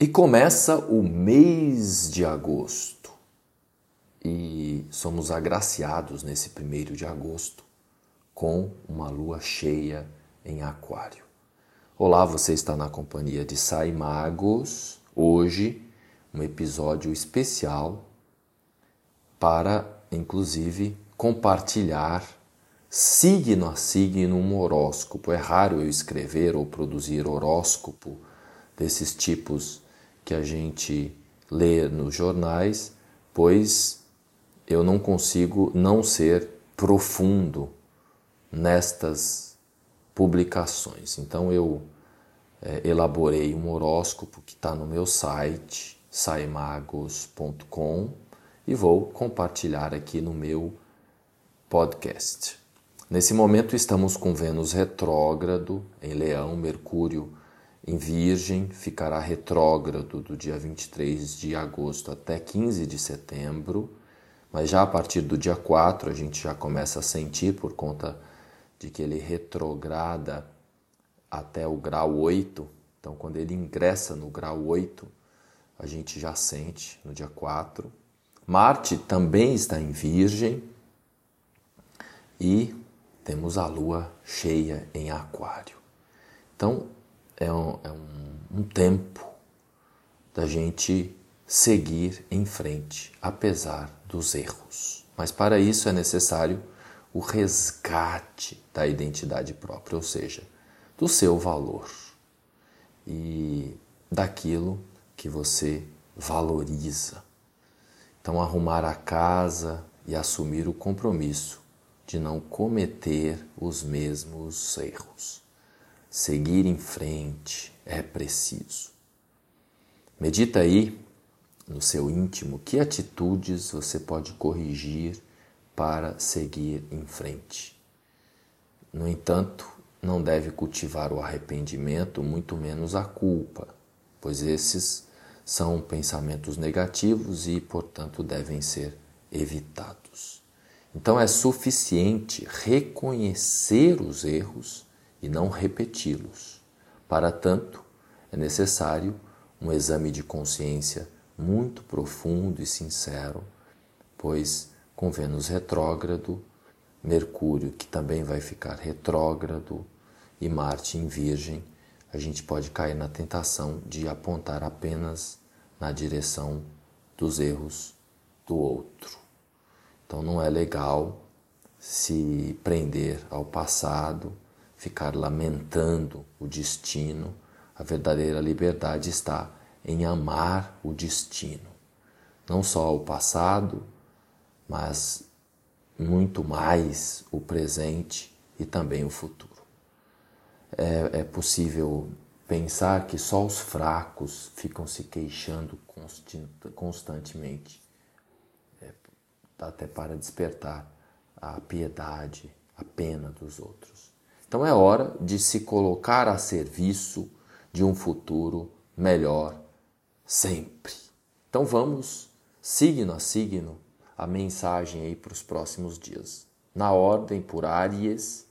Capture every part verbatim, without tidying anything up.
E começa o mês de agosto e somos agraciados nesse primeiro de agosto com uma lua cheia em Aquário. Olá, você está na companhia de Sai Magos. Hoje, um episódio especial para, inclusive, compartilhar signo a signo um horóscopo. É raro eu escrever ou produzir horóscopo desses tipos que a gente lê nos jornais, pois eu não consigo não ser profundo nestas publicações. Então eu é, elaborei um horóscopo que está no meu site, sai magos ponto com, e vou compartilhar aqui no meu podcast. Nesse momento estamos com Vênus retrógrado em Leão, Mercúrio em Virgem, ficará retrógrado do dia vinte e três de agosto até quinze de setembro, mas já a partir do dia quatro a gente já começa a sentir, por conta de que ele retrograda até o grau oito, então quando ele ingressa no grau oito, a gente já sente no dia quatro. Marte também está em Virgem e temos a lua cheia em Aquário. Então, é um, é um, um tempo da gente seguir em frente, apesar dos erros. Mas para isso é necessário o resgate da identidade própria, ou seja, do seu valor e daquilo que você valoriza. Então, arrumar a casa e assumir o compromisso de não cometer os mesmos erros. Seguir em frente é preciso. Medita aí no seu íntimo que atitudes você pode corrigir para seguir em frente. No entanto, não deve cultivar o arrependimento, muito menos a culpa, pois esses são pensamentos negativos e, portanto, devem ser evitados. Então é suficiente reconhecer os erros e não repeti-los. Para tanto, é necessário um exame de consciência muito profundo e sincero, pois com Vênus retrógrado, Mercúrio, que também vai ficar retrógrado, e Marte em Virgem, a gente pode cair na tentação de apontar apenas na direção dos erros do outro. Então não é legal se prender ao passado, ficar lamentando o destino. A verdadeira liberdade está em amar o destino. Não só o passado, mas muito mais o presente e também o futuro. É, é possível pensar que só os fracos ficam se queixando constantemente, é, até para despertar a piedade, a pena dos outros. Então é hora de se colocar a serviço de um futuro melhor sempre. Então vamos, signo a signo, a mensagem aí para os próximos dias. Na ordem por Áries.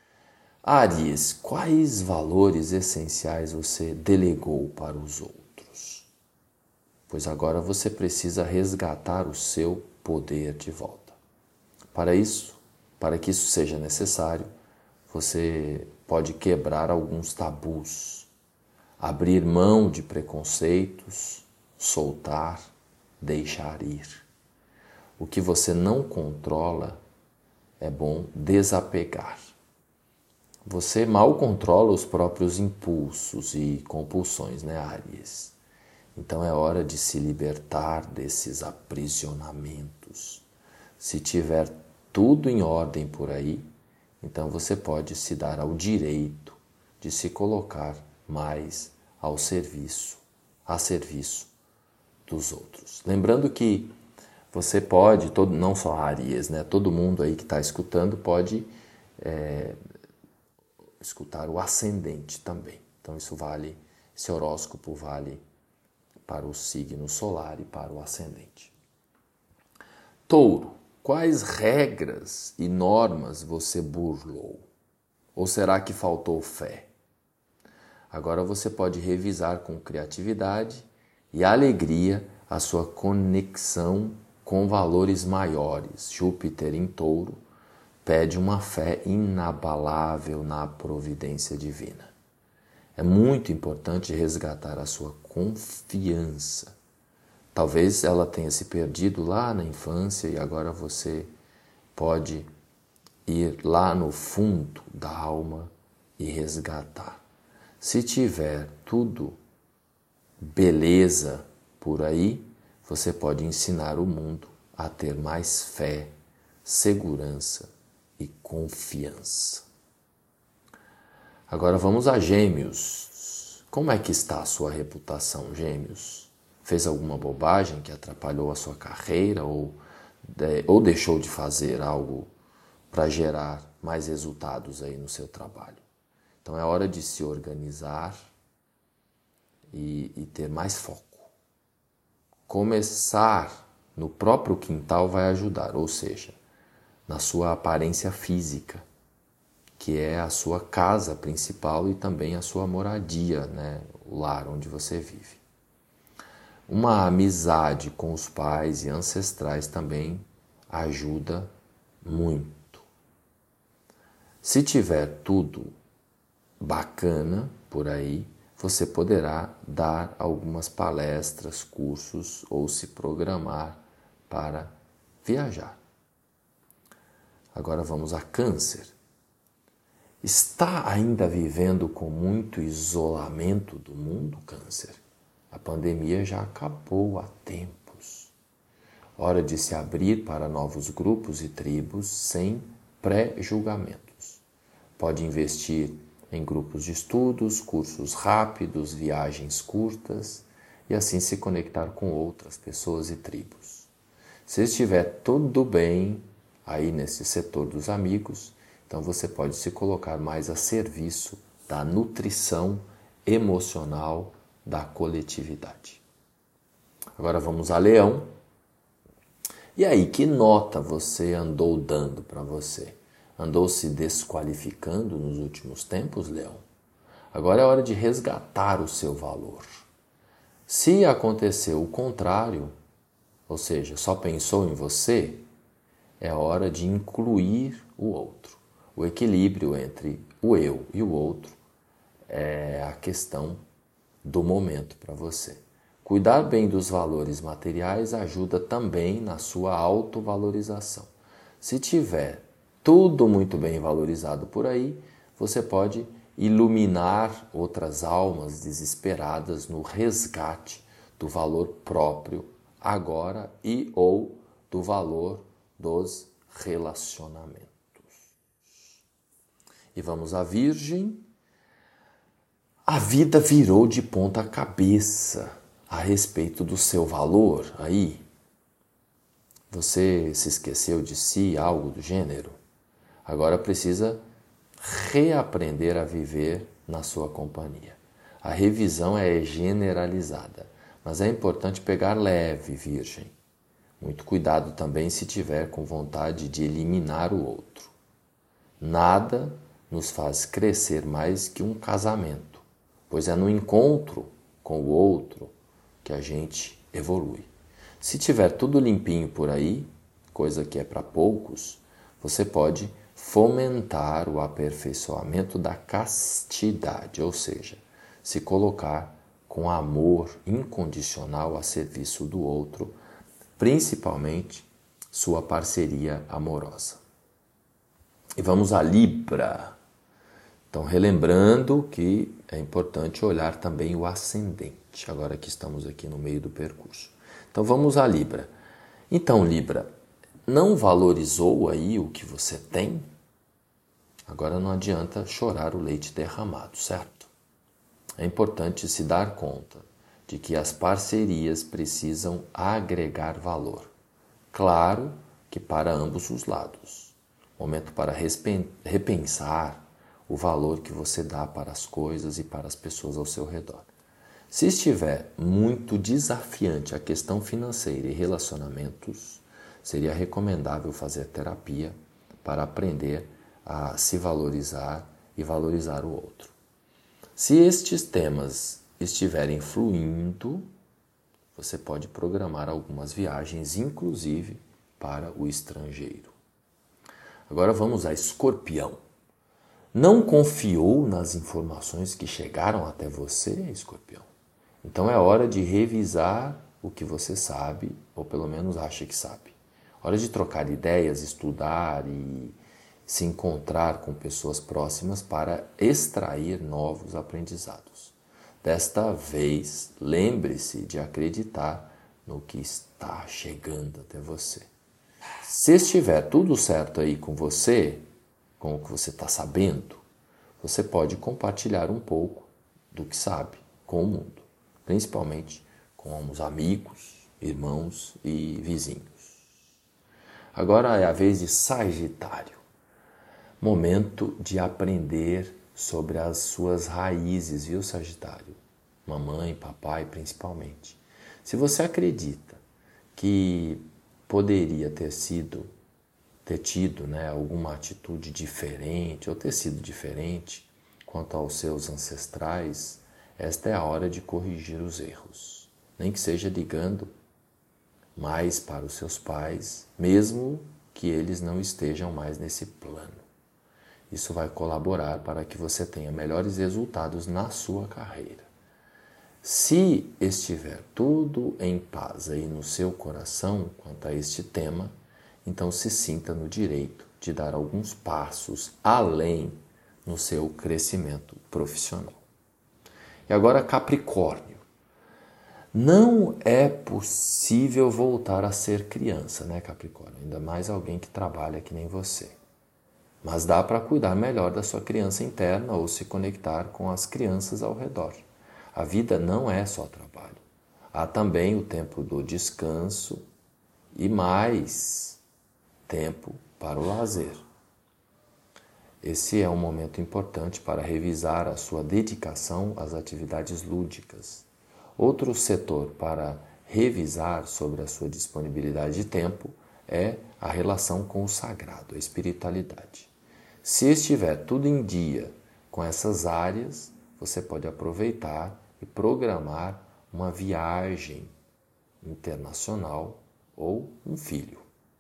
Áries, quais valores essenciais você delegou para os outros? Pois agora você precisa resgatar o seu poder de volta. Para isso, para que isso seja necessário, você pode quebrar alguns tabus, abrir mão de preconceitos, soltar, deixar ir. O que você não controla, é bom desapegar. Você mal controla os próprios impulsos e compulsões, né, Áries? Então é hora de se libertar desses aprisionamentos. Se tiver tudo em ordem por aí, então você pode se dar ao direito de se colocar mais ao serviço, a serviço dos outros. Lembrando que você pode, todo, não só Áries, né? Todo mundo aí que está escutando pode é, escutar o ascendente também. Então isso vale, esse horóscopo vale para o signo solar e para o ascendente. Touro, quais regras e normas você burlou? Ou será que faltou fé? Agora você pode revisar com criatividade e alegria a sua conexão com valores maiores. Júpiter em Touro pede uma fé inabalável na providência divina. É muito importante resgatar a sua confiança. Talvez ela tenha se perdido lá na infância e agora você pode ir lá no fundo da alma e resgatar. Se tiver tudo beleza por aí, você pode ensinar o mundo a ter mais fé, segurança e confiança. Agora vamos a Gêmeos. Como é que está a sua reputação, Gêmeos? Fez alguma bobagem que atrapalhou a sua carreira ou, de, ou deixou de fazer algo para gerar mais resultados aí no seu trabalho? Então é hora de se organizar e, e ter mais foco. Começar no próprio quintal vai ajudar, ou seja, na sua aparência física, que é a sua casa principal e também a sua moradia, né? O lar onde você vive. Uma amizade com os pais e ancestrais também ajuda muito. Se tiver tudo bacana por aí, você poderá dar algumas palestras, cursos ou se programar para viajar. Agora vamos a Câncer. Está ainda vivendo com muito isolamento do mundo, Câncer? A pandemia já acabou há tempos. Hora de se abrir para novos grupos e tribos sem pré-julgamentos. Pode investir em grupos de estudos, cursos rápidos, viagens curtas e assim se conectar com outras pessoas e tribos. Se estiver tudo bem aí nesse setor dos amigos, então você pode se colocar mais a serviço da nutrição emocional da coletividade. Agora vamos a Leão. E aí, que nota você andou dando para você? Andou se desqualificando nos últimos tempos, Leão? Agora é hora de resgatar o seu valor. Se aconteceu o contrário, ou seja, só pensou em você, é hora de incluir o outro. O equilíbrio entre o eu e o outro é a questão do momento para você. Cuidar bem dos valores materiais ajuda também na sua autovalorização. Se tiver tudo muito bem valorizado por aí, você pode iluminar outras almas desesperadas no resgate do valor próprio agora e ou do valor dos relacionamentos. E vamos à Virgem. A vida virou de ponta cabeça a respeito do seu valor aí. Você se esqueceu de si, algo do gênero? Agora precisa reaprender a viver na sua companhia. A revisão é generalizada, mas é importante pegar leve, Virgem. Muito cuidado também se tiver com vontade de eliminar o outro. Nada nos faz crescer mais que um casamento, pois é no encontro com o outro que a gente evolui. Se tiver tudo limpinho por aí, coisa que é para poucos, você pode fomentar o aperfeiçoamento da castidade, ou seja, se colocar com amor incondicional a serviço do outro, principalmente sua parceria amorosa. E vamos a Libra. Então, relembrando que é importante olhar também o ascendente, agora que estamos aqui no meio do percurso. Então, vamos a Libra. Então, Libra, não valorizou aí o que você tem? Agora não adianta chorar o leite derramado, certo? É importante se dar conta de que as parcerias precisam agregar valor. Claro que para ambos os lados. Momento para repensar o valor que você dá para as coisas e para as pessoas ao seu redor. Se estiver muito desafiante a questão financeira e relacionamentos, seria recomendável fazer terapia para aprender a se valorizar e valorizar o outro. Se estes temas estiverem fluindo, você pode programar algumas viagens, inclusive para o estrangeiro. Agora vamos a Escorpião. Não confiou nas informações que chegaram até você, Escorpião? Então é hora de revisar o que você sabe, ou pelo menos acha que sabe. Hora de trocar ideias, estudar e se encontrar com pessoas próximas para extrair novos aprendizados. Desta vez, lembre-se de acreditar no que está chegando até você. Se estiver tudo certo aí com você, com o que você está sabendo, você pode compartilhar um pouco do que sabe com o mundo, principalmente com os amigos, irmãos e vizinhos. Agora é a vez de Sagitário. Momento de aprender sobre as suas raízes, viu, Sagitário? Mamãe, papai, principalmente. Se você acredita que poderia ter sido, ter tido, né, alguma atitude diferente ou ter sido diferente quanto aos seus ancestrais, esta é a hora de corrigir os erros. Nem que seja ligando mais para os seus pais, mesmo que eles não estejam mais nesse plano. Isso vai colaborar para que você tenha melhores resultados na sua carreira. Se estiver tudo em paz aí no seu coração quanto a este tema, então se sinta no direito de dar alguns passos além no seu crescimento profissional. E agora Capricórnio. Não é possível voltar a ser criança, né, Capricórnio? Ainda mais alguém que trabalha que nem você. Mas dá para cuidar melhor da sua criança interna ou se conectar com as crianças ao redor. A vida não é só trabalho. Há também o tempo do descanso e mais tempo para o lazer. Esse é um momento importante para revisar a sua dedicação às atividades lúdicas. Outro setor para revisar sobre a sua disponibilidade de tempo é a relação com o sagrado, a espiritualidade. Se estiver tudo em dia com essas áreas, você pode aproveitar e programar uma viagem internacional ou um filho.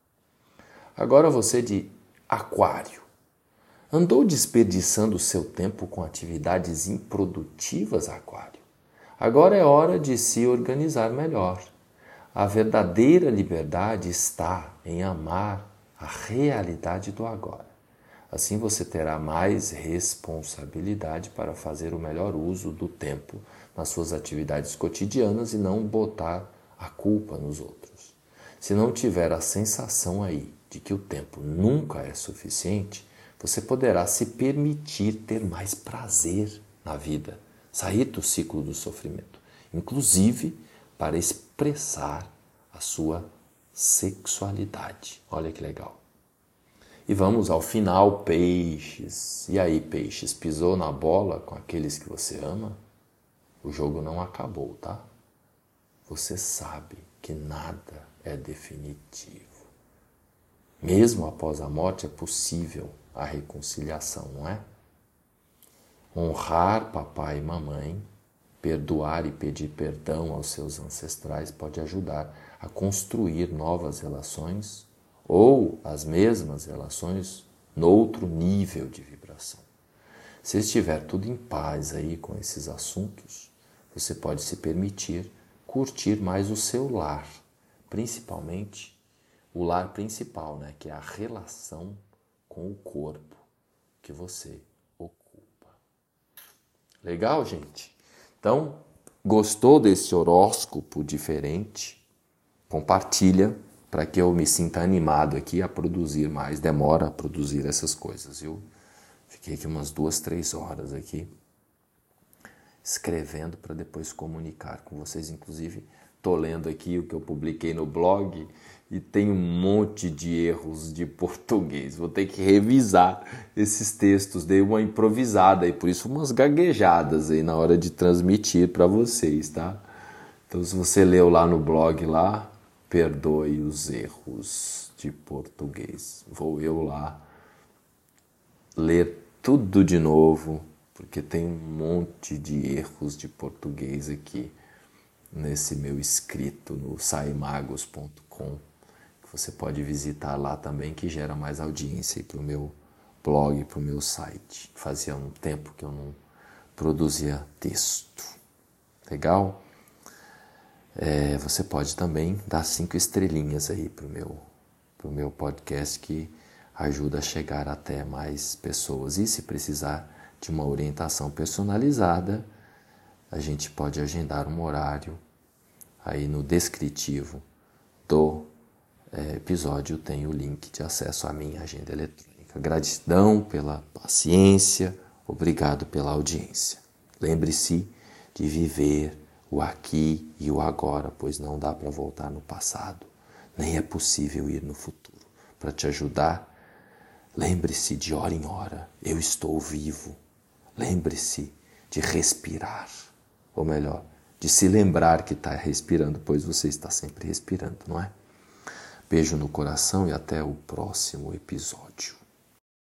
Agora você de Aquário. Andou desperdiçando seu tempo com atividades improdutivas, Aquário? Agora é hora de se organizar melhor. A verdadeira liberdade está em amar a realidade do agora. Assim você terá mais responsabilidade para fazer o melhor uso do tempo nas suas atividades cotidianas e não botar a culpa nos outros. Se não tiver a sensação aí de que o tempo nunca é suficiente, você poderá se permitir ter mais prazer na vida, sair do ciclo do sofrimento, inclusive para expressar a sua sexualidade. Olha que legal. E vamos ao final, Peixes. E aí, Peixes, pisou na bola com aqueles que você ama? O jogo não acabou, tá? Você sabe que nada é definitivo. Mesmo após a morte é possível a reconciliação, não é? Honrar papai e mamãe, perdoar e pedir perdão aos seus ancestrais pode ajudar a construir novas relações ou as mesmas relações noutro nível de vibração. Se estiver tudo em paz aí com esses assuntos, você pode se permitir curtir mais o seu lar, principalmente o lar principal, né, que é a relação com o corpo que você ocupa. Legal, gente? Então, gostou desse horóscopo diferente? Compartilha para que eu me sinta animado aqui a produzir mais. Demora a produzir essas coisas, viu? Fiquei aqui umas duas, três horas aqui escrevendo para depois comunicar com vocês. Inclusive, estou lendo aqui o que eu publiquei no blog e tem um monte de erros de português. Vou ter que revisar esses textos. Dei uma improvisada e por isso umas gaguejadas aí na hora de transmitir para vocês, tá? Então, se você leu lá no blog lá, perdoe os erros de português. Vou eu lá ler tudo de novo, porque tem um monte de erros de português aqui. nesse meu escrito no sai magos ponto com, que você pode visitar lá também, que gera mais audiência para o meu blog, para o meu site. Fazia um tempo que eu não produzia texto. Legal? É, você pode também dar cinco estrelinhas aí para o meu, pro meu podcast, que ajuda a chegar até mais pessoas. E se precisar de uma orientação personalizada, a gente pode agendar um horário. Aí no descritivo do é, episódio tem o link de acesso à minha agenda eletrônica. Gratidão pela paciência, obrigado pela audiência. Lembre-se de viver o aqui e o agora, pois não dá para voltar no passado, nem é possível ir no futuro. Para te ajudar, lembre-se de hora em hora, eu estou vivo. Lembre-se de respirar, ou melhor, de se lembrar que está respirando, pois você está sempre respirando, não é? Beijo no coração e até o próximo episódio.